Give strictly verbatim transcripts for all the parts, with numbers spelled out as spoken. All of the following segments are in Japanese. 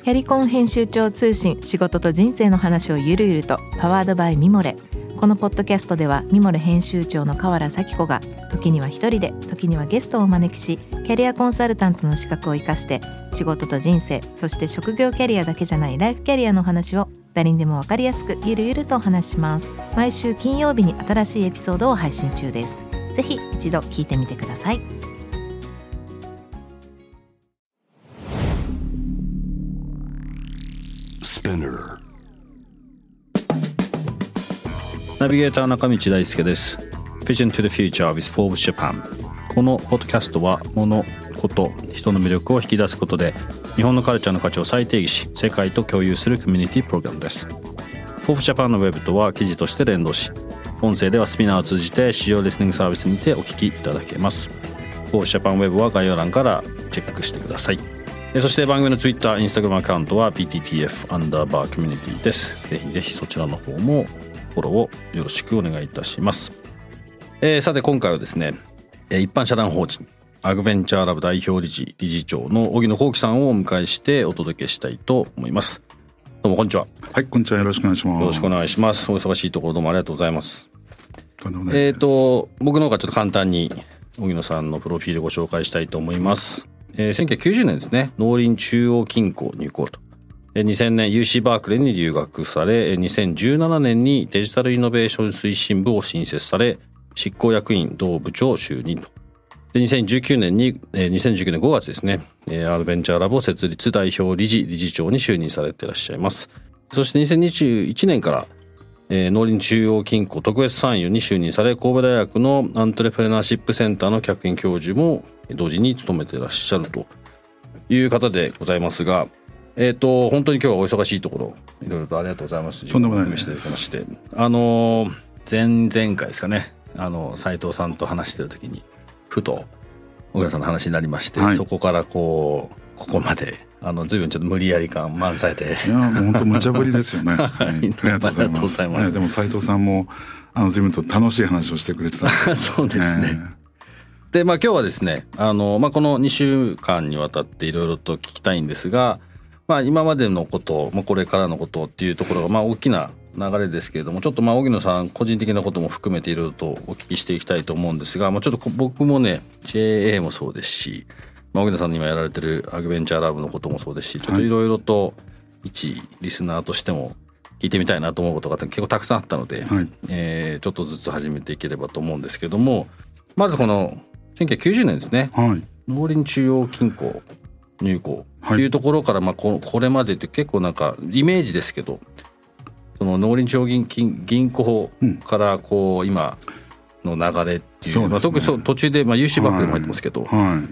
キャリコン編集長通信、仕事と人生の話をゆるゆると、パワードバイミモレ。このポッドキャストではミモレ編集長の河原咲子が時には一人で、時にはゲストをお招きし、キャリアコンサルタントの資格を生かして仕事と人生、そして職業キャリアだけじゃないライフキャリアの話を誰にでも分かりやすくゆるゆるとお話します。毎週金曜日に新しいエピソードを配信中です。ぜひ一度聞いてみてください。 ナビゲーター中道大輔です。 Vision to the Future with Forbes Japan。 このポッドキャストは物、こと、人の魅力を引き出すことで日本のカルチャーの価値を再定義し、世界と共有するコミュニティプログラムです。 Forbes Japan のウェブとは記事として連動し、音声ではスピナーを通じて市場リスニングサービスにてお聞きいただけます。 Forbes Japan ウェブは概要欄からチェックしてください。そして番組の Twitter、Instagram アカウントは ピーティーティーエフ アンダーバーコミュニティです。ぜひぜひそちらの方もフォローをよろしくお願いいたします。えー、さて今回はですね、一般社団法人アグベンチャーラブ代表理事理事長の荻野幸喜さんをお迎えしてお届けしたいと思います。どうもこんにちは。 はい、こんにちは。よろしくお願いします。 よろしくお願いします。お忙しいところどうもありがとうございます。えっと僕の方からちょっと簡単に荻野さんのプロフィールをご紹介したいと思います。えー、せんきゅうひゃくきゅうじゅうねんですね、農林中央金庫入行と、にせんねん ユーシー バークレーに留学され、にせんじゅうななねんにデジタルイノベーション推進部を新設され、執行役員同部長就任と。でにせんじゅうきゅうねんに、にせんじゅうきゅうねんごがつですね、アドベンチャーラボを設立、代表理事理事長に就任されていらっしゃいます。そしてにせんにじゅういちねんから、えー、農林中央金庫特別参与に就任され、神戸大学のアントレプレナーシップセンターの客員教授も同時に務めていらっしゃるという方でございますが、えーと、本当に今日はお忙しいところいろいろとありがとうございます。 とんでもないです。 していただきまして、あの前々回ですかね、あの斉藤さんと話している時にふと小倉さんの話になりまして、はい、そこからこうここまであの随分ちょっと無理やり感満載で、 いやもう本当無茶ぶりですよね、はい、ありがとうございます。はい、でも斉藤さんもあの随分と楽しい話をしてくれてたそうですね、えーでまあ、今日はですね、あの、まあ、このにしゅうかんにわたっていろいろと聞きたいんですが、まあ、今までのこと、まあ、これからのことっていうところがまあ大きな流れですけれども、ちょっとまあ荻野さん個人的なことも含めていろいろとお聞きしていきたいと思うんですが、まあ、ちょっと僕もね ジェーエー もそうですし、まあ、荻野さんに今やられてるアグベンチャーラブのこともそうですし、ちょっといろいろと一リスナーとしても聞いてみたいなと思うことが結構たくさんあったので、はい、えー、ちょっとずつ始めていければと思うんですけども、まずこのせんきゅうひゃくきゅうじゅうねんですね、はい、農林中央金庫入行というところから、まあ、これまでって結構なんかイメージですけど、その農林中央 銀, 銀行からこう今の流れっていう、うん、まあ、特にそう途中で、まあ、ユーシー バックでも入ってますけど、はいはい、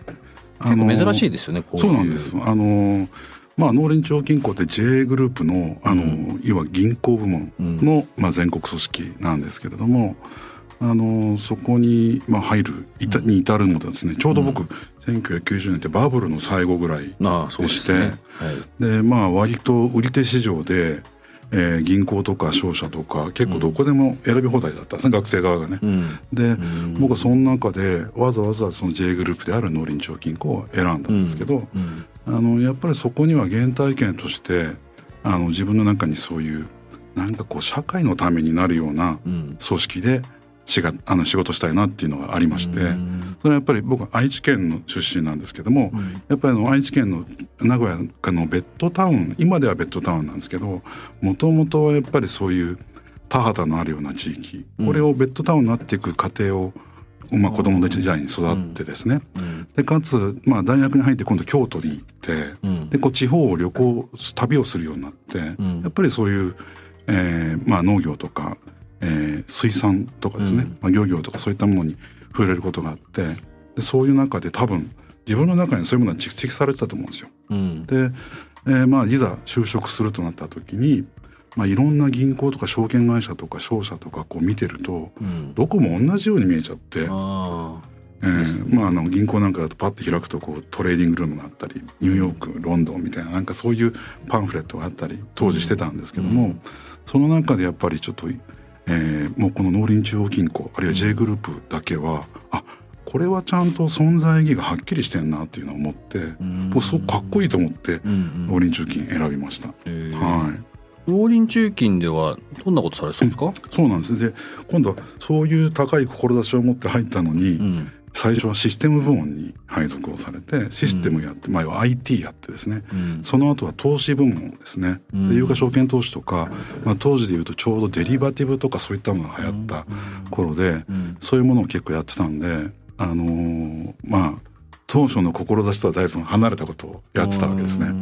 結構珍しいですよね。こういう。 そうなんです。あのまあ、農林中央金庫って ジェー グループ の, あの、うん、要は銀行部門の、まあ、全国組織なんですけれども、あのそこに、まあ、入るに至るのでですね、ちょうど僕、うん、せんきゅうひゃくきゅうじゅうねんってバブルの最後ぐらいでして、で、ね、はい、まあ割と売り手市場で、えー、銀行とか商社とか結構どこでも選び放題だったんですね、うん、学生側がね、うん、で、うん、僕はその中でわざわざその J グループである農林中央金庫を選んだんですけど、うんうん、あのやっぱりそこには原体験としてあの自分の中にそういうなんかこう社会のためになるような組織で、うん、しがあの仕事したいなっていうのがありまして、それはやっぱり僕は愛知県の出身なんですけども、うん、やっぱりあの愛知県の名古屋のベッドタウン、今ではベッドタウンなんですけど、もともとはやっぱりそういう田畑のあるような地域、うん、これをベッドタウンになっていく過程を、まあ、子供の時代に育ってですね、うん、でかつ、まあ、大学に入って今度京都に行って、うん、でこう地方を旅行旅をするようになって、うん、やっぱりそういう、えーまあ、農業とかえー、水産とかですね、うんまあ、漁業とかそういったものに触れることがあって、でそういう中で多分自分の中にそういうものが蓄積されてたと思うんですよ、うん、で、えーまあ、いざ就職するとなった時に、まあ、いろんな銀行とか証券会社とか商社とかこう見てると、うん、どこも同じように見えちゃって、あ、えーまあ、あの銀行なんかだとパッと開くとこうトレーディングルームがあったり、ニューヨーク、ロンドンみたいな、なんかそういうパンフレットがあったり当時してたんですけども、うん、その中でやっぱりちょっとえー、もうこの農林中央金庫あるいは J グループだけは、あ、 これはちゃんと存在意義がはっきりしてんなっていうのを思って、もうすごくかっこいいと思って農林中金選びました。はい、 農林中金ではどんなことされてたんですか？うん、 そうなんです。で今度はそういう高い志を持って入ったのに、うん、最初はシステム部門に配属をされてシステムやって、うん、まあ、アイティー やってですね、うん、その後は投資部門ですね、うん、で有価証券投資とか、まあ、当時でいうとちょうどデリバティブとかそういったものが流行った頃で、うん、そういうものを結構やってたんで、あのー、まあ当初の志とはだいぶ離れたことをやってたわけですね。うん、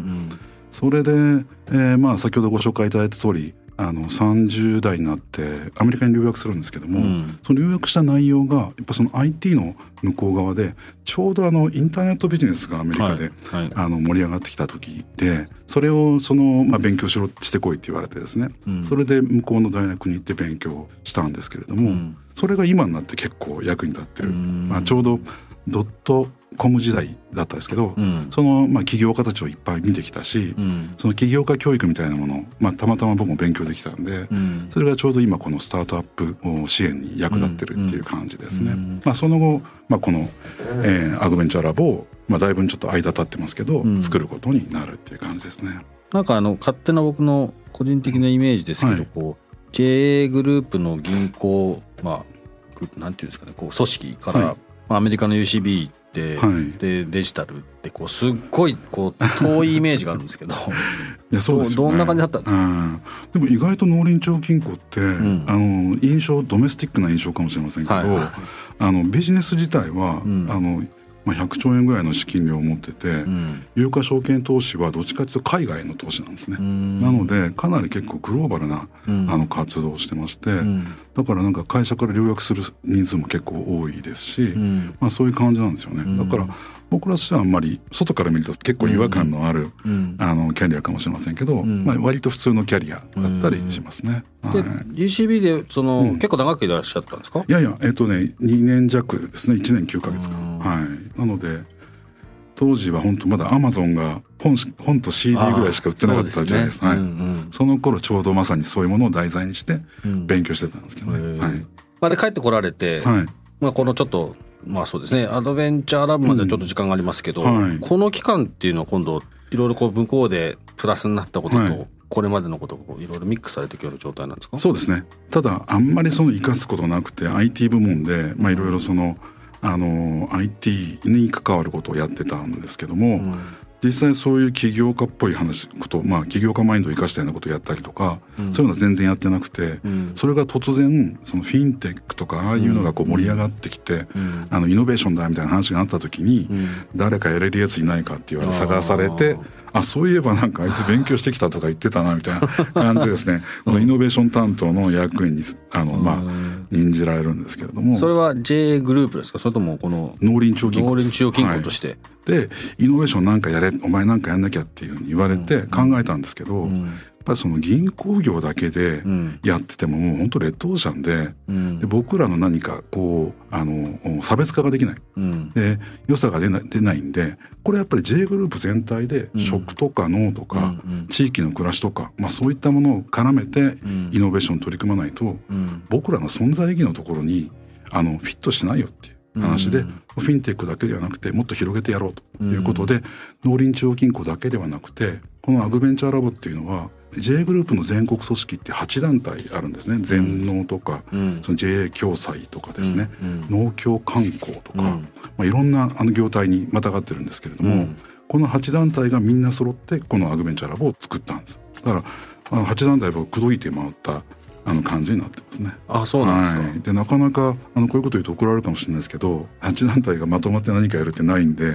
それで、えー、まあ先ほどご紹介いただいた通りあのさんじゅう代になってアメリカに留学するんですけども、うん、その留学した内容がやっぱその アイティー の向こう側でちょうどあのインターネットビジネスがアメリカで、はいはい、あの盛り上がってきた時で、それをその、まあ、勉強しろしてこいって言われてですね、うん、それで向こうの大学に行って勉強したんですけれども、うん、それが今になって結構役に立ってる、うん、まあ、ちょうどドットコム時代だったんですけど、うん、その、まあ、起業家たちをいっぱい見てきたし、うん、その起業家教育みたいなものを、まあ、たまたま僕も勉強できたんで、うん、それがちょうど今このスタートアップ支援に役立ってるっていう感じですね。うんうん、まあ、その後、まあ、この、えー、アグベンチャーラボを、まあ、だいぶちょっと間経ってますけど、うん、作ることになるっていう感じですね。 なんかあの勝手な僕の個人的なイメージですけど、はい、こう ジェイエー グループの銀行、まあ、なんていうんですかね、こう組織から、はい、まあ、アメリカの ユーシービーで, はい、でデジタルってこうすっごいこう遠いイメージがあるんですけどいやそうですよね、 どんな感じだったんですか？うん、 でも意外と農林中央金庫って、うん、あの印象ドメスティックな印象かもしれませんけど、はい、あのビジネス自体は、うん、あのまあ、ひゃくちょうえんぐらいの資金量を持ってて、うん、有価証券投資はどっちかというと海外の投資なんですね。なのでかなり結構グローバルな、うん、あの活動をしてまして、うん、だからなんか会社から留学する人数も結構多いですし、うん、まあ、そういう感じなんですよね。だから僕らとしてはあんまり外から見ると結構違和感のある、うん、あのキャリアかもしれませんけど、うん、まあ、割と普通のキャリアだったりしますね。 うん、はい、で ユーシービー でその、うん、結構長くいらっしゃったんですか？ いやいや、えっとねにねん弱ですね。いちねんきゅうかげつか、はい、なので当時は本当まだアマゾンが 本, 本と シーディー ぐらいしか売ってなかった時代です。はい、うんうん、その頃ちょうどまさにそういうものを題材にして勉強してたんですけどね。うん、はい、 まあ、で帰ってこられて、はい、まあ、このちょっとまあそうですね、アドベンチャーラブまではちょっと時間がありますけど、うん、はい、この期間っていうのは今度いろいろこう向こうでプラスになったことと、はい、これまでのことがいろいろミックスされていくような状態なんですか？ そうですね。ただあんまりその生かすことなくて アイティー 部門でまあいろいろその、あの アイティー に関わることをやってたんですけども、うん、実際そういう起業家っぽい話こと、まあ、起業家マインドを生かしたようなことをやったりとか、うん、そういうのは全然やってなくて、うん、それが突然そのフィンテックとかああいうのがこう盛り上がってきて、うん、あのイノベーションだみたいな話があった時に、うん、誰かやれるやついないかって言われ探されて、あ、そういえばなんかあいつ勉強してきたとか言ってたなみたいな感じでですねこのイノベーション担当の役員にあの、まあ、任じられるんですけれども、 それは ジェイエー グループですか？それともこの農林中央金庫農林中央金庫として、はい、 でイノベーションなんかやれ、お前なんかやんなきゃっていうふうに言われて考えたんですけど、うんうん、やっぱりその銀行業だけでやっててももう本当レッドオーシャン で,、うん、で僕らの何かこうあの差別化ができない、うん、で良さが出ない、出ないんで、これやっぱり J グループ全体で食とか農とか地域の暮らしとか、まあ、そういったものを絡めてイノベーションに取り組まないと、僕らの存在意義のところにあのフィットしないよっていう話で、フィンテックだけではなくてもっと広げてやろうということで、農林中央金庫だけではなくてこのアグベンチャーラボっていうのは J グループの全国組織ってはちだんたいあるんですね。全農とか、うん、その ジェイエー 共済とかですね、うんうん、農協観光とか、うん、まあ、いろんなあの業態にまたがってるんですけれども、うん、このはちだんたいがみんな揃ってこのアグベンチャーラボを作ったんです。だからあのはちだんたいを口説いて回ったあの感じになってますね。 あ、そうなんですか。 はい、でなかなかあのこういうこと言うと怒られるかもしれないですけど、はちだんたいがまとまって何かやるってないんで、うん、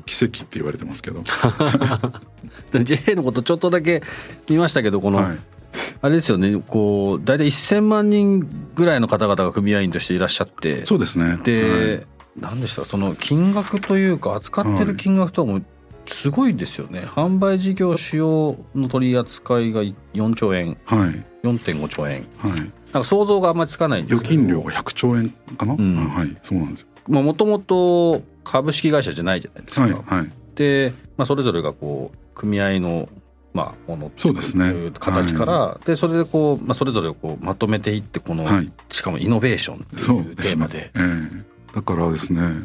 奇跡って言われてますけどジェイエー のことちょっとだけ見ましたけど、この、はい、あれですよね、こうだいたいせんまんにんぐらいの方々が組合員としていらっしゃって、 そうですね。 で、はい、何でしたその金額というか扱ってる金額とはもうすごいですよね。販売事業主要の取り扱いがよんちょうえん、はい、よんてんごちょうえん、はい、なんか想像があんまりつかないんですけど、 預金量がひゃくちょうえんかな、うん、はい、そうなんですよ。 もともと株式会社じゃないじゃないですか、 はいはい、 で、まあ、それぞれがこう組合のまあものっていう形から、はい、でそれでこう、まあ、それぞれをこうまとめていってこの、はい、しかもイノベーションっていうテーマで、 えー、だからですね、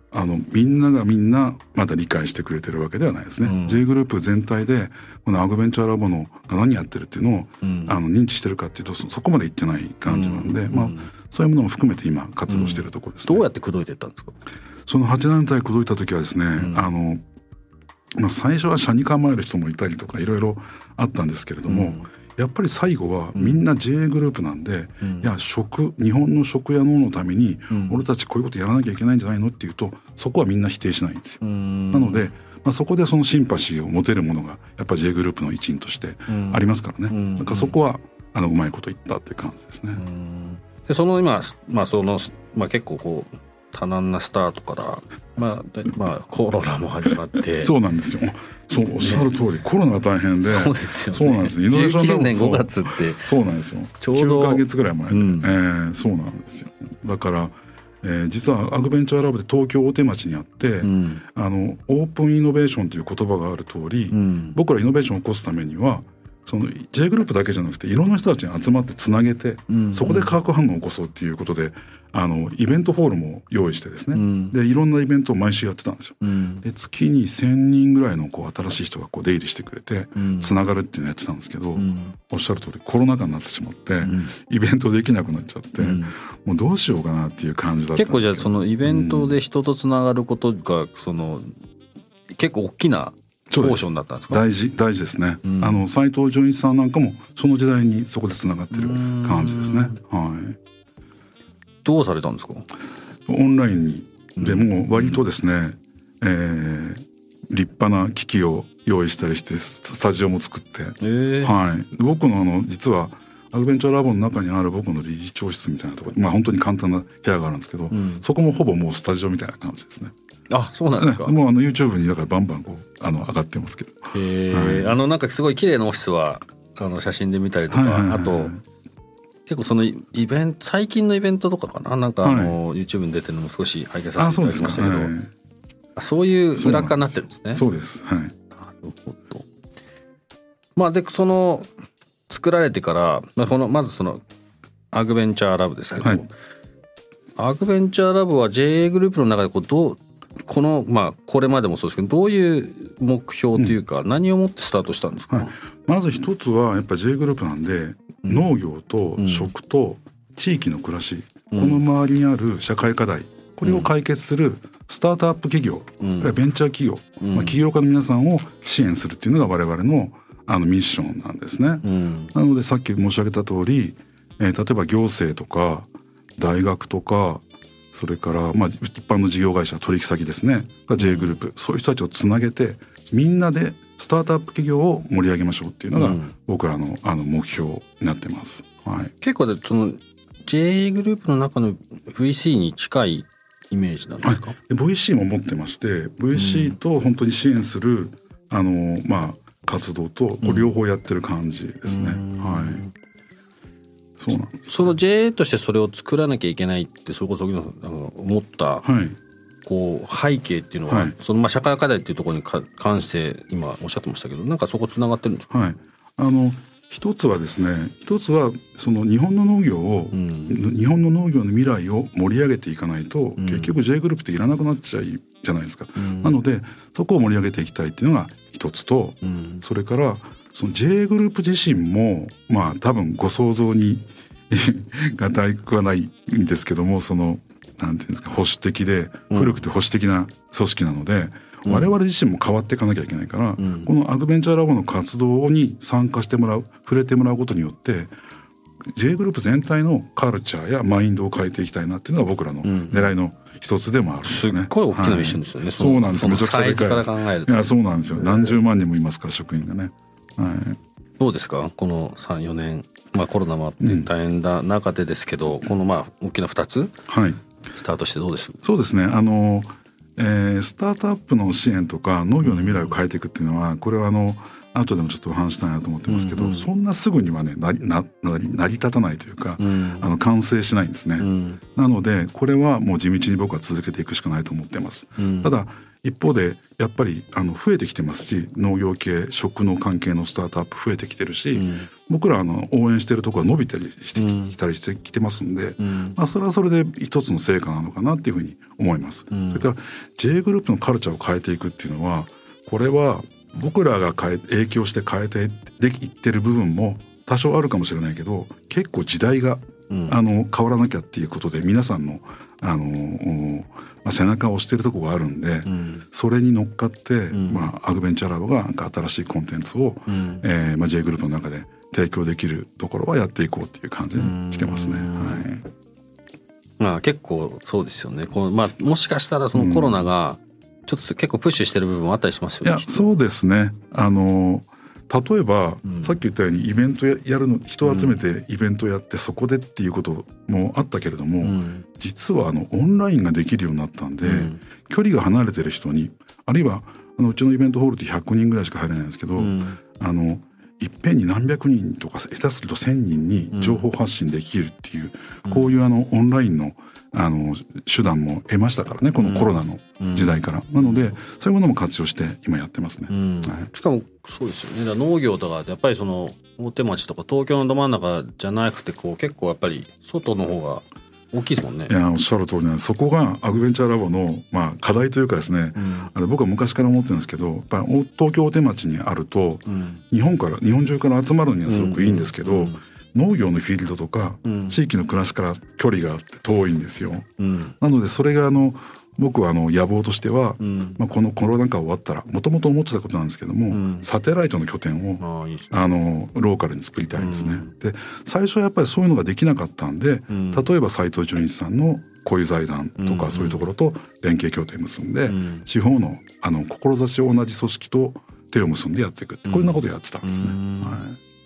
あのみんながみんなまだ理解してくれてるわけではないですね、うん、J グループ全体でこのアグベンチャーラボのが何やってるっていうのを、うん、あの認知してるかっていうと そ, そこまでいってない感じなので、うんまあ、そういうものも含めて今活動しているところですね、 うん、どうやって口説いていったんですか？ そのはちねん代口説いた時はですね、うん、あのまあ、最初は車に構える人もいたりとかいろいろあったんですけれども、うんやっぱり最後はみんな J グループなんで、うん、いや食日本の食や農のために俺たちこういうことやらなきゃいけないんじゃないのっていうとそこはみんな否定しないんですよ。なので、まあ、そこでそのシンパシーを持てるものがやっぱ J グループの一員としてありますからね。だからそこはあのうまいこと言ったっていう感じですね。 でその今、まあそのまあ、結構こう多難なスタートから、まあまあ、コロナも始まってそうなんですよ。そうおっしゃる通り、ね、コロナが大変でそうですよね。 そうなんですイノベーションじゅうきゅうねんごがつってそうなんですよ。ちょうどきゅうかげつぐらい前で、うんえー、そうなんですよ。だから、えー、実はアグベンチャーラボで東京大手町にあって、うん、あのオープンイノベーションという言葉がある通り、うん、僕らイノベーションを起こすためにはその J グループだけじゃなくていろんな人たちに集まってつなげて、うん、そこで化学反応を起こそうっていうことであのイベントホールも用意してですね、うん、でいろんなイベントを毎週やってたんですよ、うん、で月にせんにんぐらいのこう新しい人がこう出入りしてくれて、うん、つながるっていうのをやってたんですけど、うん、おっしゃる通りコロナ禍になってしまって、うん、イベントできなくなっちゃって、うん、もうどうしようかなっていう感じだったんですけど結構じゃあそのイベントで人とつながることがその結構大きなポーションだったんですか？ 大事大事ですね、うん、あの斉藤純一さんなんかもその時代にそこでつながってる感じですね。はい。 どうされたんですか？ オンラインにでも割とですね、うんえー、立派な機器を用意したりしてスタジオも作って、えーはい、僕のあの実はアグベンチャーラボの中にある僕の理事長室みたいなところ、まあ本当に簡単な部屋があるんですけど、うん、そこもほぼもうスタジオみたいな感じですね。 あ、そうなんですか。 ね、もうあの YouTube にだからバンバンこうあの上がってますけど。 へえ、はい、あのなんかすごい綺麗なオフィスはあの写真で見たりとか、はいはいはいはい、あと結構そのイベント最近のイベントとかかななんかあの、はい、YouTube に出てるのも少し拝見させていただきましたけど、あ、そうですか、はい、そういう裏側になってるんですね。 そうです。はい。なるほど。まあでその作られてから、まあ、このまずそのアグベンチャーラブですけど、はい、アグベンチャーラブは ジェーエー グループの中でこうどうこのまあこれまでもそうですけどどういう目標というか、うん、何をもってスタートしたんですか？はい、 まず一つはやっぱ J グループなんで、うん、農業と食と地域の暮らし、うん、この周りにある社会課題これを解決するスタートアップ企業、うん、ベンチャー企業、うんまあ、起業家の皆さんを支援するっていうのが我々のあのミッションなんですね。うん、なのでさっき申し上げた通り、えー、例えば行政とか大学とかそれからまあ一般の事業会社取引先ですねが J グループ、うん、そういう人たちをつなげてみんなでスタートアップ企業を盛り上げましょうっていうのが僕らのあの目標になってます。はい、結構でその J グループの中の ブイシー に近いイメージなんですか？はい、 ブイシー も持ってまして ブイシー と本当に支援する、うん、あのまあ活動とこう両方やってる感じですね。うん、はい。そうなんです。 その ジェーエー としてそれを作らなきゃいけないってそれこそあの思った、はい、こう背景っていうのは、はい、そのまあ社会課題っていうところに関して今おっしゃってましたけどなんかそこつながってるんですか？ はい。あの一つはですね一つはその日本の農業を、うん、日本の農業の未来を盛り上げていかないと、うん、結局 J グループっていらなくなっちゃいじゃないですか。うん、なのでそこを盛り上げていきたいっていうのが一つと、うん、それからその J グループ自身もまあ多分ご想像にがたくはないんですけどもそのなんていうんですか保守的で古くて保守的な組織なので、うん、我々自身も変わっていかなきゃいけないから、うん、このアグベンチャーラボの活動に参加してもらう触れてもらうことによって J グループ全体のカルチャーやマインドを変えていきたいなっていうのが僕らの狙いの一つでもあるんですね。 すっごい大きなミッションですよね。はい、 そそうなんです。めちゃくちゃでかい。 サイズから考えると。 いやそうなんですよ。何十万人もいますから職員がね。はい、 どうですかこのさん、よねん、まあ、コロナもあって大変な中でですけど、うん、このまあ大きなふたつ、はい、スタートしてどうです？ そうですねあの、えー、スタートアップの支援とか農業の未来を変えていくっていうのはこれはあの後でもちょっとお話したいなと思ってますけど、うんうん、そんなすぐにはねなり、な、なり、成り立たないというか、うん、あの完成しないんですね。うん、なのでこれはもう地道に僕は続けていくしかないと思ってます。うん、ただ一方でやっぱりあの増えてきてますし、農業系食の関係のスタートアップ増えてきてるし、うん、僕らあの応援してるところは伸びたりしてきたりしてきてますんで、うん、まあ、それはそれで一つの成果なのかなっていうふうに思います、うん、それから J グループのカルチャーを変えていくっていうのは、これは僕らが変え影響して変えてできてる部分も多少あるかもしれないけど、結構時代が、うん、あの変わらなきゃっていうことで皆さんのあの、まあ、背中を押してるところがあるんで、うん、それに乗っかって、うん、まあ、アグベンチャーラボがなんか新しいコンテンツを、うん、えーまあ、J グループの中で提供できるところはやっていこうっていう感じにしてますね。はい、 まあ、結構そうですよね。こう、まあ、もしかしたらそのコロナがちょっと結構プッシュしてる部分もあったりしますよね。 いや、そうですね。あの例えば、うん、さっき言ったようにイベントやるの、人を集めてイベントやってそこでっていうこともあったけれども、うん、実はあのオンラインができるようになったんで、うん、距離が離れてる人に、あるいはあのうちのイベントホールってひゃくにんぐらいしか入れないんですけど、うん、あのいっぺんに何百人とか下手するとせんにんに情報発信できるっていう、うん、こういうあのオンラインのあの手段も得ましたからね、このコロナの時代から、うん、なのでそういうものも活用して今やってますね、うん、 はい、しかもそうですよね。だから農業とかやっぱりその大手町とか東京のど真ん中じゃなくて、こう結構やっぱり外の方が大きいですもんね。 いや、おっしゃる通りなんです。そこがアグベンチャーラボの、まあ、課題というかですね、うん、あれ僕は昔から思ってるんですけど、やっぱり東京大手町にあると、うん、日本から日本中から集まるにはすごくいいんですけど、うんうんうん、農業のフィールドとか、うん、地域の暮らしから距離があって遠いんですよ、うん、なのでそれがあの僕はあの野望としては、うん、まあ、このコロナ禍終わったらもともと思ってたことなんですけども、うん、サテライトの拠点を あ, いい、ね、あのローカルに作りたいですね、うん、で最初はやっぱりそういうのができなかったんで、うん、例えば斉藤純一さんの小湯財団とかそういうところと連携協定を結んで、うん、地方 の, あの志を同じ組織と手を結んでやっていくって、こんなことやってたんですね、うん、はい、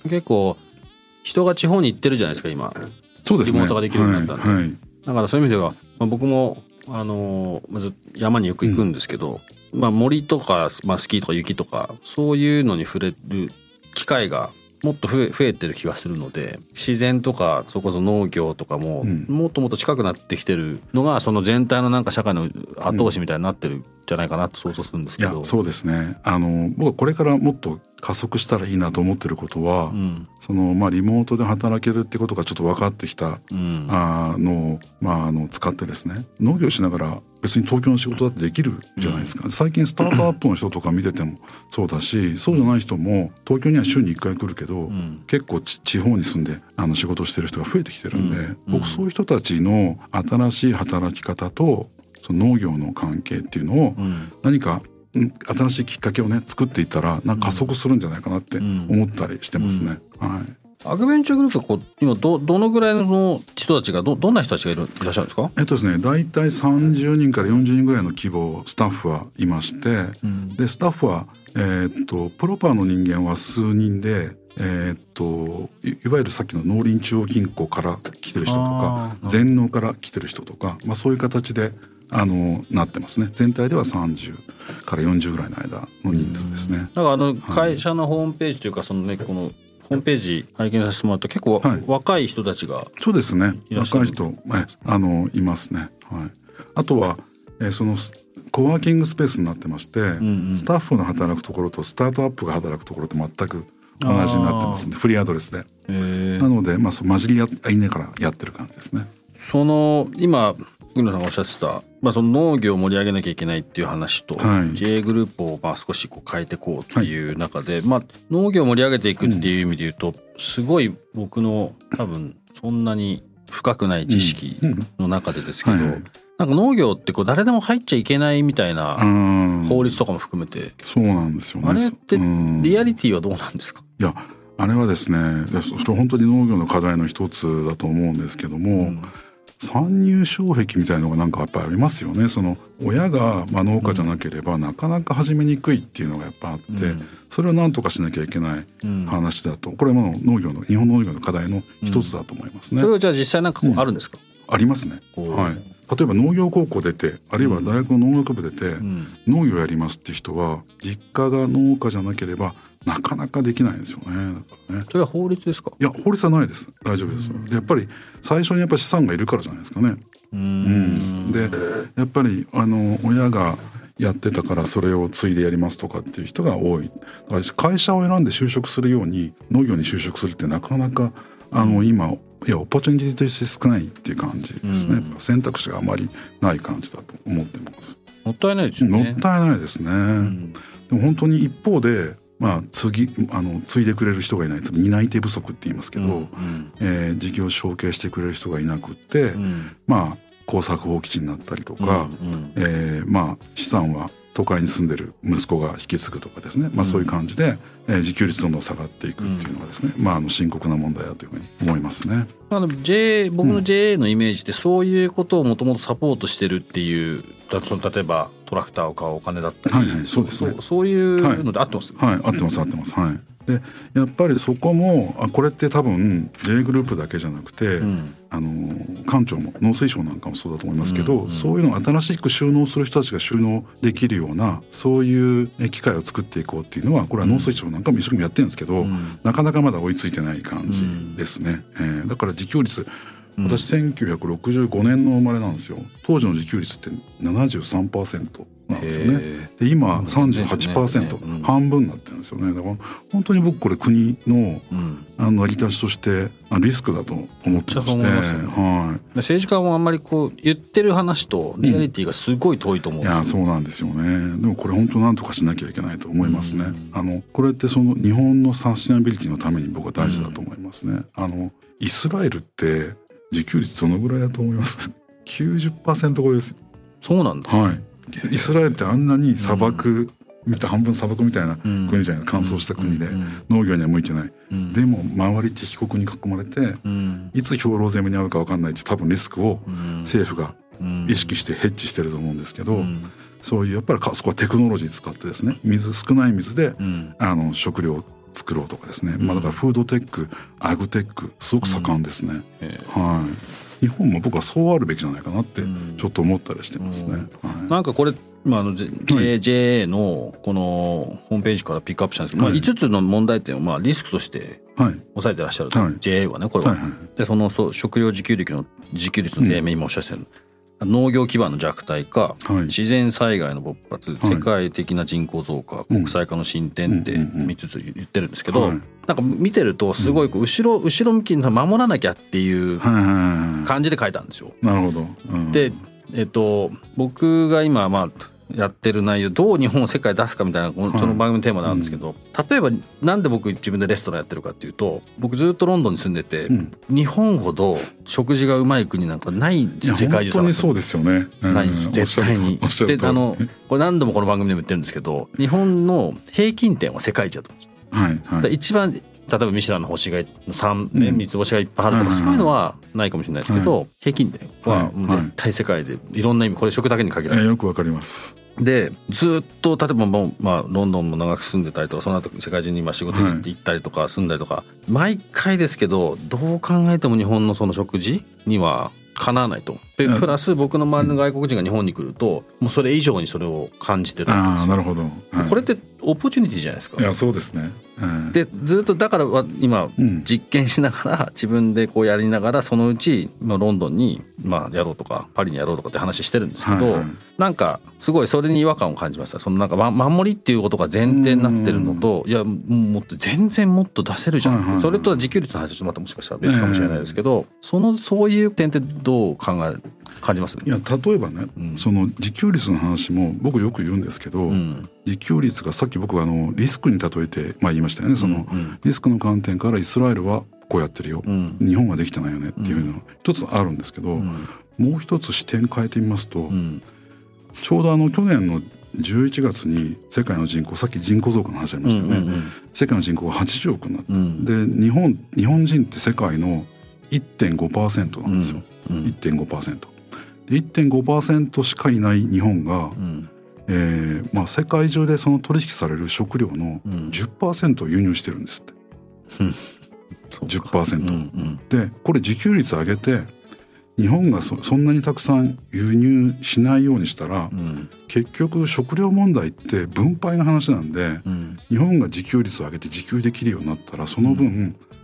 結構人が地方に行ってるじゃないですか今。 そうですね、 リモートができるようになったんで、はいはい、だからそういう意味では、まあ、僕もあのまず山によく行くんですけど、うん、まあ、森とか、まあ、スキーとか雪とかそういうのに触れる機会がもっと増え、増えてる気がするので、自然とかそれこそ農業とかも、うん、もっともっと近くなってきてるのがその全体のなんか社会の後押しみたいになってるんじゃないかなと想像するんですけど、うん、 いやそうですね、あの僕はこれからもっと加速したらいいなと思ってることは、うん、そのまあリモートで働けるってことがちょっと分かってきた、うん、あのまああの使ってですね、農業しながら別に東京の仕事だってできるじゃないですか、うん、最近スタートアップの人とか見ててもそうだし、そうじゃない人も東京には週にいっかい来るけど、うん、結構地方に住んであの仕事してる人が増えてきてるんで、うん、僕そういう人たちの新しい働き方とその農業の関係っていうのを何か新しいきっかけをね作っていったらなんか加速するんじゃないかなって思ったりしてますね、うんうん、はい。 アグベンチャーグループはこう今 ど, どのぐらいの人たちが ど, どんな人たちがいるいらっしゃるんですか？ えっとですね、だいたいさんじゅうにんからよんじゅうにんぐらいの規模スタッフはいまして、うん、でスタッフは、えー、っとプロパーの人間は数人で、えー、っと い, いわゆるさっきの農林中央銀行から来てる人とか全農から来てる人とか、まあ、そういう形であのなってますね。全体ではさんじゅうからよんじゅうぐらいの間の人数ですね。 だからあの会社のホームページというかそのね、このホームページ拝見させてもらうと結構若い人たちが、はい、 そうですね、若い人えあのいますね、はい、あとは、えー、そのコワーキングスペースになってまして、うんうん、スタッフの働くところとスタートアップが働くところと全く同じになってますんで、フリーアドレスで、なので、まあ、そう混じり合いながらやってる感じですね。 その今杉野さんがおっしゃってた、まあ、その農業を盛り上げなきゃいけないっていう話と、はい、ジェー グループをまあ少しこう変えていこうっていう中で、はい、まあ、農業を盛り上げていくっていう意味で言うと、うん、すごい僕の多分そんなに深くない知識の中でですけど、うんうん、はい、なんか農業ってこう誰でも入っちゃいけないみたいな法律とかも含めて、 そうなんですよね。 あれってリアリティはどうなんですか？ いや、あれはですね、それ本当に農業の課題の一つだと思うんですけども、うん、参入障壁みたいなのがなんかやっぱりありますよね。その親がまあ農家じゃなければなかなか始めにくいっていうのがやっぱあって、うん、それを何とかしなきゃいけない話だと、これはもう農業の日本の農業の課題の一つだと思いますね、うん、 それはじゃあ実際なんかこうあるんですか？ うん、ありますね、はい。例えば農業高校出て、あるいは大学の農学部出て、うん、農業やりますって人は実家が農家じゃなければなかなかできないんですよね。だからね。 それは法律ですか？ いや、法律はないです。大丈夫です。でやっぱり最初にやっぱり資産がいるからじゃないですかね。うん、うん、でやっぱりあの親がやってたからそれを継いでやりますとかっていう人が多い。だから会社を選んで就職するように農業に就職するってなかなかあの今いやオポチュニティとして少ないっていう感じですね、うん、選択肢があまりない感じだと思ってます。 もったいないですよね。 もったいないですね、うん、でも本当に一方でまあ、次あの継いでくれる人がいない、担い手不足って言いますけど、うんうんえー、事業承継してくれる人がいなくって、うん、まあ耕作放棄地になったりとか、うんうんえーまあ、資産は都会に住んでる息子が引き継ぐとかですね、まあ、そういう感じで、えー、自給率どんどん下がっていくっていうのがですね、うんまあ、あの深刻な問題だというふうに思いますね。 あの J 僕の ジェーエー のイメージってそういうことをもともとサポートしてるっていう、その例えばトラクターを買うお金だったり、 はいはい、そうですね、 そう、そういうので合ってます、 はい、はい、合ってます合ってます、はい、でやっぱりそこもあこれって多分 J グループだけじゃなくて、うん、あの官庁も農水省なんかもそうだと思いますけど、うんうん、そういうのを新しく収納する人たちが収納できるようなそういう機会を作っていこうっていうのはこれは農水省なんかも一生懸命やってるんですけど、うん、なかなかまだ追いついてない感じですね、うんえー、だから自給率私せんきゅうひゃくろくじゅうごねんの生まれなんですよ。当時の自給率って ななじゅうさんパーセント なんですよね。で今 さんじゅうはちパーセント、うん、半分になってるんですよね。だから本当に僕これ国の、うん、あの成り立ちとしてリスクだと思ってまして、はい、 政治家もあんまりこう言ってる話とリアリティがすごい遠いと思うんですよ、 うん、いやそうなんですよね。でもこれ本当なんとかしなきゃいけないと思いますね、うん、あのこれってその日本のサステナビリティのために僕は大事だと思いますね、うん、あのイスラエルって自給率どのぐらいだと思います？ きゅうじゅっパーセント 超えですよ。 そうなんだ。 はい。イスラエルってあんなに砂漠、うん、半分砂漠みたいな国じゃない、うん、乾燥した国で、うん、農業には向いてない、うん、でも周り敵国に囲まれて、うん、いつ兵糧攻めに遭うか分かんないって多分リスクを政府が意識してヘッジしてると思うんですけど、うん、そういうやっぱりそこはテクノロジー使ってですね、水少ない水で、うん、あの食料を作ろうとかですね、うんまあ、だからフードテック、アグテックすごく盛んですね、うんはい、日本も僕はそうあるべきじゃないかなってちょっと思ったりしてますね、うんはい、 なんかこれ、まあ、あの ジェーエー のこのホームページからピックアップしたんですけど、はいまあ、いつつの問題点をまあリスクとして抑えてらっしゃると、はい、ジェーエー はねこれは、はいはい、でそのそう食料自給率の自給率の低迷にもおっしゃってる、うん農業基盤の弱体化、はい、自然災害の勃発、はい、世界的な人口増加、国際化の進展ってみっつつ言ってるんですけど、うんうんうん、なんか見てるとすごい後ろ、うん、後ろ向きに守らなきゃっていう感じで書いたんですよ。 なるほど、うん、 で、えっと、僕が今まあやってる内容どう日本を世界出すかみたいなその番組のテーマなんですけど、はいうん、例えばなんで僕自分でレストランやってるかっていうと僕ずっとロンドンに住んでて、うん、日本ほど食事がうまい国なんかないんですよ世界中。 本当にそうですよね、うん、 ないんです絶対に。であのこれ何度もこの番組でも言ってるんですけど日本の平均点は世界一だと思うんですよ、はいはい、一番例えばミシュランの星がさん、ね、三つ星がいっぱいあるとか、うん、そういうのはないかもしれないですけど、はい、平均点は絶対世界でいろんな意味これ食だけに限らない、 よくわかります。 でずっと例えばもう、まあ、ロンドンも長く住んでたりとかその後世界中に今仕事に行ったりとか、はい、住んだりとか毎回ですけどどう考えても日本のその食事にはかなわないと。でプラス僕の周りの外国人が日本に来るともうそれ以上にそれを感じてるんですよ。 あ、なるほど、はい、 これってオポチュニティじゃないですか。 いやそうですね、 はい、でずっとだから今実験しながら自分でこうやりながらそのうちロンドンにまあやろうとかパリにやろうとかって話してるんですけど、はいはい、なんかすごいそれに違和感を感じました。そのなんか守りっていうことが前提になってるのといやもっと全然もっと出せるじゃん、はいはいはい、それとは自給率の話はまたもしかしたら別かもしれないですけど、えー、そのそういう点ってどう考える感じます？ いや例えばね、うん、その自給率の話も僕よく言うんですけど、うん、自給率がさっき僕はあのリスクに例えて、まあ、言いましたよね。その、うんうん、リスクの観点からイスラエルはこうやってるよ、うん、日本はできてないよねっていうのが一つあるんですけど、うん、もう一つ視点変えてみますと、うん、ちょうどあの去年のじゅういちがつに世界の人口さっき人口増加の話ありましたよね、うんうんうん、世界の人口がはちじゅうおくになった、うん、で日本日本人って世界の いってんごパーセント なんですよ、うんうん、いってんごパーセントいってんごパーセント しかいない日本が、うんえーまあ、世界中でその取引される食料の じゅっパーセント を輸入してるんですって、うん、じゅっパーセント、うんうん、でこれ自給率上げて日本が そ, そんなにたくさん輸入しないようにしたら、うん、結局食料問題って分配の話なんで、うん、日本が自給率を上げて自給できるようになったらその分、うん、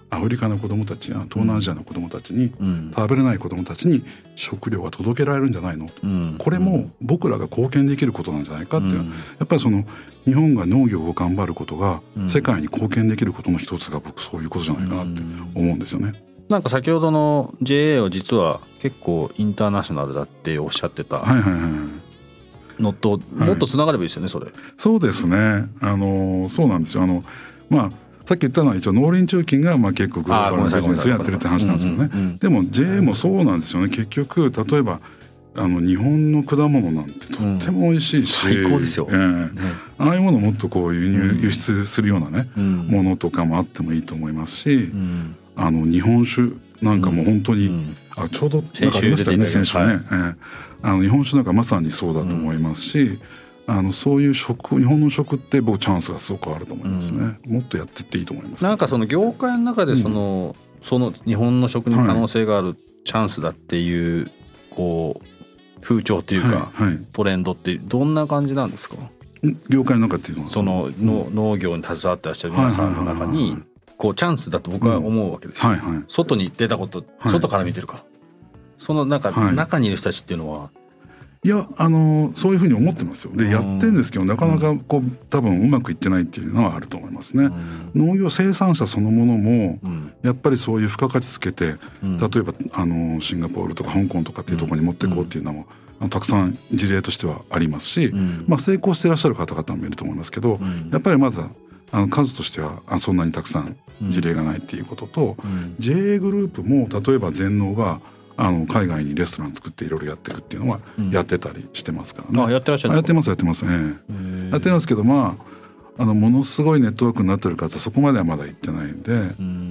アフリカの子どもたちや東南アジアの子どもたちに、 うん、 食べれない子どもたちに食料が届けられるんじゃないの、うん、これも僕らが貢献できることなんじゃないかっていう、うん、やっぱりその日本が農業を頑張ることが世界に貢献できることの一つが僕そういうことじゃないかなって思うんですよね。 なんか先ほどの ジェーエー は実は結構インターナショナルだっておっしゃってたのともっとつながればいいですよね、それ。 そうですね、あのそうなんですよ。あのまあさっき言ったのは一応農林中金がまあ結構グローバルなビジネスをやってるって話なんですけどね、うんうんうん、でも ジェーエー もそうなんですよね。結局例えばあの日本の果物なんてとっても美味しいし、 うん、最高ですよ、 えーね、ああいうものをもっとこう輸入、うん、輸出するようなね、うん、ものとかもあってもいいと思いますし、うん、あの日本酒なんかも本当に、うん、あちょうどなんかありましたよね先週ね、はい、えー、あの日本酒なんかまさにそうだと思いますし、うんあのそういう食日本の食って僕チャンスがすごくあると思いますね、うん、もっとやっていっていいと思います。 なんかその業界の中でその、うん、その日本の食に可能性があるチャンスだっていう、はい、こう風潮というか、はいはい、トレンドってどんな感じなんですか？ 業界の中っていうのはその、うん、農業に携わってらっしゃる皆さんの中にこうチャンスだと僕は思うわけですよ、うんはいはい、外に出たこと、はい、外から見てるから、その中、はい、中にいる人たちっていうのはいやあのそういうふうに思ってますよ。でやってるんですけどなかなかこう多分うまくいってないっていうのはあると思いますね、うん、農業生産者そのものもやっぱりそういう付加価値つけて、うん、例えばあのシンガポールとか香港とかっていうところに持っていこうっていうのも、うん、たくさん事例としてはありますし、うん、まあ、成功していらっしゃる方々もいると思いますけど、うん、やっぱりまずあの数としてはそんなにたくさん事例がないっていうことと、うん、ジェーエー グループも例えば全農があの海外にレストラン作っていろいろやっていくっていうのはやってたりしてますからね、 うん、あやってらっしゃるんですか？やってますやってます、ね、やってますけど、まあ、あのものすごいネットワークになってる方そこまではまだ行ってないんで、うん、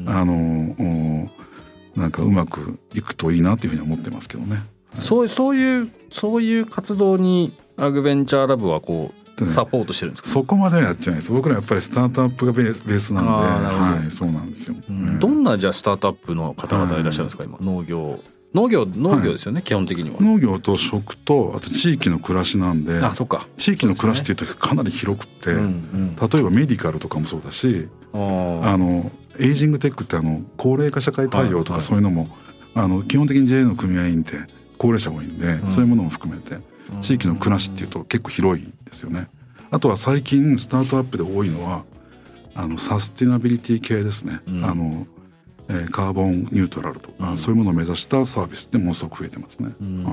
あのなんかうまくいくといいなっていうふうに思ってますけどね、はい、 そう、そういうそういう活動にアグベンチャーラブはこうサポートしてるんですか？ そこまではやってないです。僕らやっぱりスタートアップがベース、ベースなんで、はい、そうなんですよ、 うん、どんなじゃあスタートアップの方々いらっしゃるんですか、はい、今農業農業農業ですよね、はい、基本的には農業と食とあと地域の暮らしなんで、 あ、そっか、 地域の暮らしっていうとかなり広くて、うんうん、例えばメディカルとかもそうだし、あのエイジングテックってあの高齢化社会対応とかそういうのも、はいはい、あの基本的に ジェーエー の組合員って高齢者が多いんで、うん、そういうものも含めて地域の暮らしっていうと結構広いんですよね。あとは最近スタートアップで多いのはあのサスティナビリティ系ですね、うん、あのえー、カーボンニュートラルとか、うん、そういうものを目指したサービスってものすごく増えてますね、はい、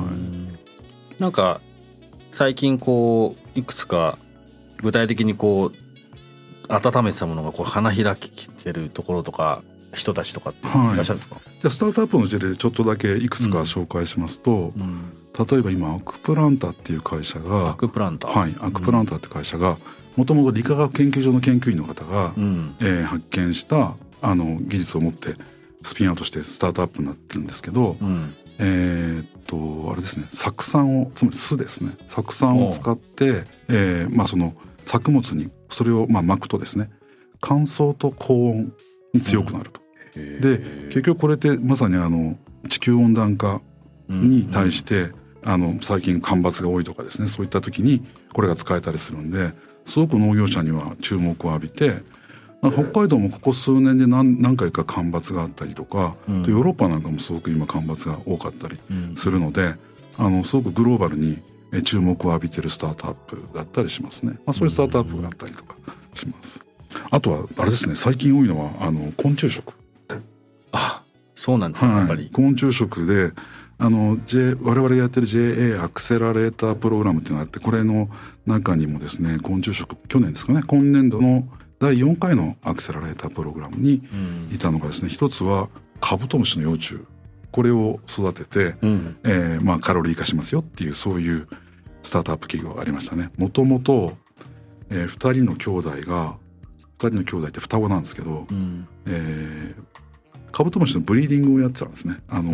なんか最近こういくつか具体的にこう温めてたものがこう花開きてるところとか人たちとかっていらっしゃるんですか？はい、 じゃあスタートアップの事例でちょっとだけいくつか紹介しますと、うんうん、例えば今アクプランタっていう会社がアクプランター、 はい、アクプランタって会社がもともと理化学研究所の研究員の方が、うんえー、発見したあの技術を持ってスピンアウトしてスタートアップになってるんですけど、うん、えー、っとあれですね、酢酸をつまり酢ですね、酢酸を使って、えーまあ、その作物にそれをまあ巻くとですね乾燥と高温に強くなると、うん、で結局これってまさにあの地球温暖化に対して、うんうん、あの最近干ばつが多いとかですね、そういった時にこれが使えたりするんですごく農業者には注目を浴びて、北海道もここ数年で 何, 何回か干ばつがあったりとか、うん、ヨーロッパなんかもすごく今干ばつが多かったりするので、うん、あのすごくグローバルに注目を浴びてるスタートアップだったりしますね、まあ、そういうスタートアップがあったりとかします、うん、あとはあれですね、最近多いのはあの昆虫食。 あ、そうなんですか、はい、やっぱり昆虫食であの、J、我々がやってる ジェーエー アクセラレータープログラムっていうのがあって、これの中にもですね昆虫食去年ですかね、今年度のだいよんかいのアクセラレータープログラムにいたのがですね、一つはカブトムシの幼虫、これを育てて、うんえーまあ、カロリー化しますよっていうそういうスタートアップ企業がありましたね。もともとふたりの兄弟がふたりの兄弟って双子なんですけど、うんえー、カブトムシのブリーディングをやってたんですね。あの、うん、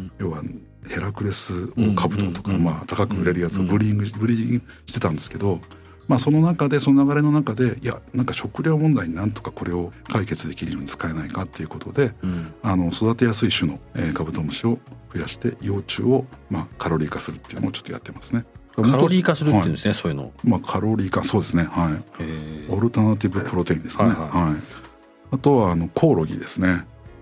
要はヘラクレスオオカブトとか、うんまあ、高く売れるやつをブリーディング、ブリーディングしてたんですけど、まあ、その中でその流れの中でいやなんか食料問題になんとかこれを解決できるように使えないかっていうことで、うん、あの育てやすい種の、えー、カブトムシを増やして幼虫を、まあ、カロリー化するっていうのをちょっとやってますね。 カロリー化するっていうんですね、はい、そういうの、 まあ、カロリー化そうですね、はい、オルタナティブプロテインですね、はいはいはい、あとはあのコオロギですね。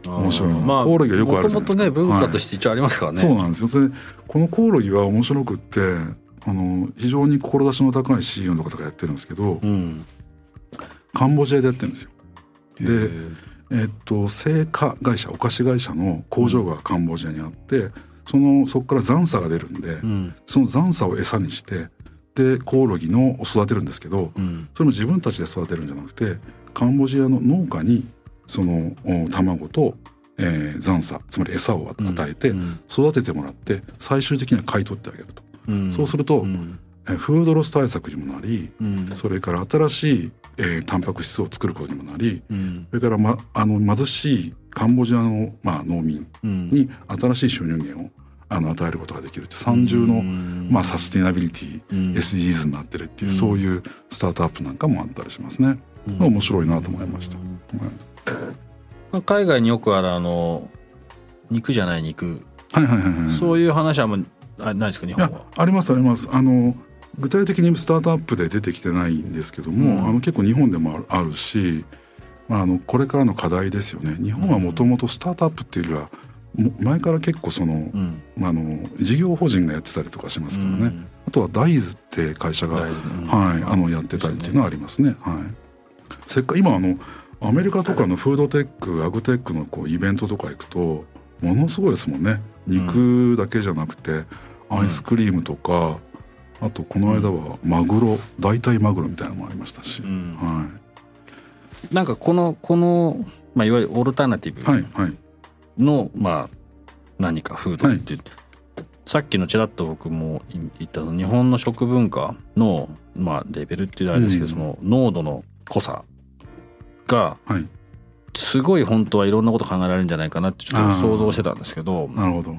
面白いの、 まあ、 コオロギがよくあるじゃないですか。 もともとね文化として一応ありますからね、 はい、そうなんですよ。それでこのコオロギは面白くってあの非常に志の高い シーイーオー の方がやってるんですけど、うん、カンボジアでやってるんですよ。で、えっと製菓会社お菓子会社の工場がカンボジアにあって、そのそこから残渣が出るんで、うん、その残渣を餌にしてでコオロギのを育てるんですけど、うん、それも自分たちで育てるんじゃなくてカンボジアの農家にその卵と、えー、残渣つまり餌を与えて育ててもらって最終的には買い取ってあげると、うん、そうすると、うん、フードロス対策にもなり、うん、それから新しい、えー、タンパク質を作ることにもなり、うん、それから、ま、あの貧しいカンボジアの、まあ、農民に新しい収入源をあの与えることができるって三重の、まあ、サステイナビリティ エスディージーズ になってるっていう、そういうスタートアップなんかもあったりしますね。面白いなと思いました。 海外によくあるあの肉じゃない肉、 はいはいはいはい、 そういう話はもうないですか日本は。いやありますあります。あの具体的にスタートアップで出てきてないんですけども、うん、あの結構日本でもあるし、まあ、あのこれからの課題ですよね。日本はもともとスタートアップっていうよりは前から結構その、うんまあ、あの事業法人がやってたりとかしますからね、うん、あとはダイズって会社が、うんはい、あのやってたりっていうのはありますね、はい、せっか今あのアメリカとかのフードテックアグテックのこうイベントとか行くとものすごいですもんね。肉だけじゃなくてアイスクリームとか、あとこの間はマグロ代替マグロみたいなのもありましたし、うんはい、 なんかこのこの、まあ、いわゆるオルタナティブ、はいはいのまあ何かフードっていう、はい、さっきのちらっと僕も言ったの日本の食文化のまあレベルっていうあれですけど、うん、その濃度の濃さがすごい本当はいろんなこと考えられるんじゃないかなってちょっと想像してたんですけど、 なるほど、はい、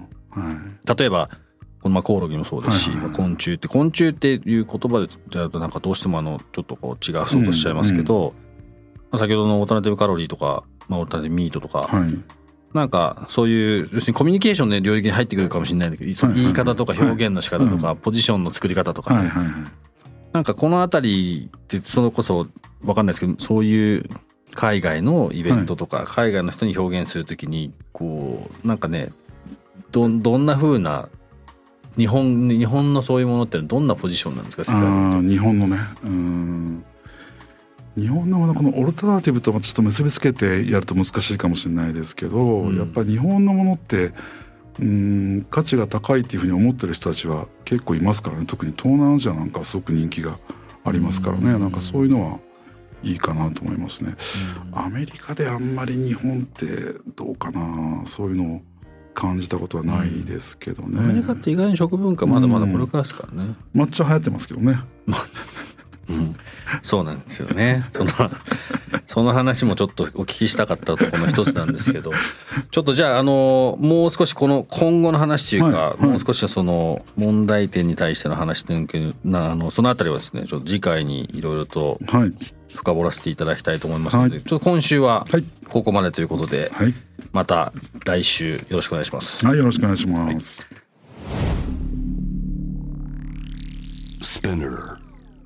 例えばこのまあコオロギもそうですし、はいはいはい、昆虫って昆虫っていう言葉でやるとなんかどうしてもあのちょっとこう違う想像しちゃいますけど、うんうん、先ほどのオルタナティブカロリーとか、まあ、オルタナティブミートとか、はいなんかそういう要するにコミュニケーションの領域に入ってくるかもしれないんだけど、言い方とか表現の仕方とかポジションの作り方とか、なんかこのあたりってそれこそ分かんないですけど、そういう海外のイベントとか海外の人に表現するときにこうなんかね ど, どんな風な日本日本のそういうものってどんなポジションなんですか。 あ日本のねうーん日本のこのオルタナティブとちょっと結びつけてやると難しいかもしれないですけど、うん、やっぱり日本のものってうん価値が高いっていうふうに思ってる人たちは結構いますからね。特に東南アジアなんかすごく人気がありますからね、うん、なんかそういうのはいいかなと思いますね、うん、アメリカであんまり日本ってどうかな、そういうのを感じたことはないですけどね、うん、 アメリカって意外に食文化まだまだこれからですからね、 うん、抹茶流行ってますけどねうん、そうなんですよね。そのその話もちょっとお聞きしたかったところの一つなんですけど、ちょっとじゃあ、あのもう少しこの今後の話というか、はいはい、もう少しその問題点に対しての話というなあのそのあたりはですね、ちょっと次回にいろいろと深掘らせていただきたいと思いますので、はい、ちょっと今週はここまでということで、はい、また来週よろしくお願いします。 はい、よろしくお願いします。 Spinner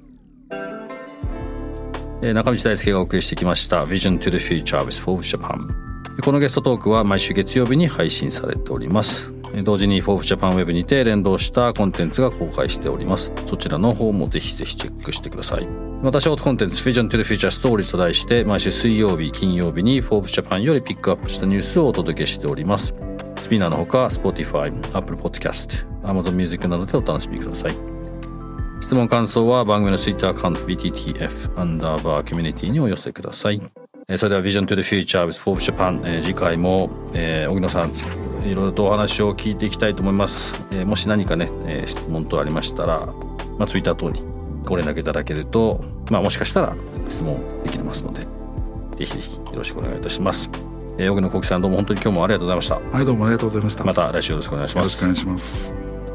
中道大輔がお送りしてきました Vision to the Future with Forbes Japan。 このゲストトークは毎週月曜日に配信されております。同時に Forbes Japan Web にて連動したコンテンツが公開しております。そちらの方もぜひぜひチェックしてください。またショートコンテンツ Vision to the Future Stories と題して毎週水曜日金曜日に Forbes Japan よりピックアップしたニュースをお届けしております。スピナーのほか Spotify、Apple Podcast、Amazon Music などでお楽しみください。質問感想は番組のツイッターアカウント ビーティーティーエフ アンダーバーコミュニティにお寄せください。それでは Vision to the Future with Forbes Japan、次回も、えー、荻野さんいろいろとお話を聞いていきたいと思います。えー、もし何かね、えー、質問等ありましたら、まあ、ツイッター等にご連絡いただけると、まあ、もしかしたら質問できますのでぜひぜひよろしくお願いいたします。えー、荻野幸喜さんどうも本当に今日もありがとうございました。 はい、どうもありがとうございました。 また来週よろしくお願いします。 よろしくお願いします。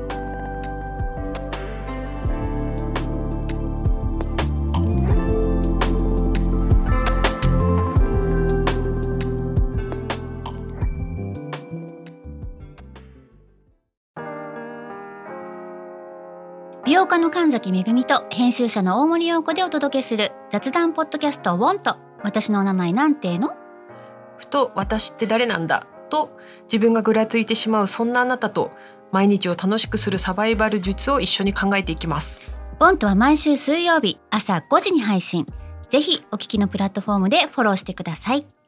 美容家の神崎めぐみと編集者の大森洋子でお届けする雑談ポッドキャストウォンと私のお名前なんての。 ふと私って誰なんだと自分がぐらついてしまうそんなあなたと毎日を楽しくするサバイバル術を一緒に考えていきます。 ボントは毎週水曜日朝ごじに配信。ぜひお聞きのプラットフォームでフォローしてください。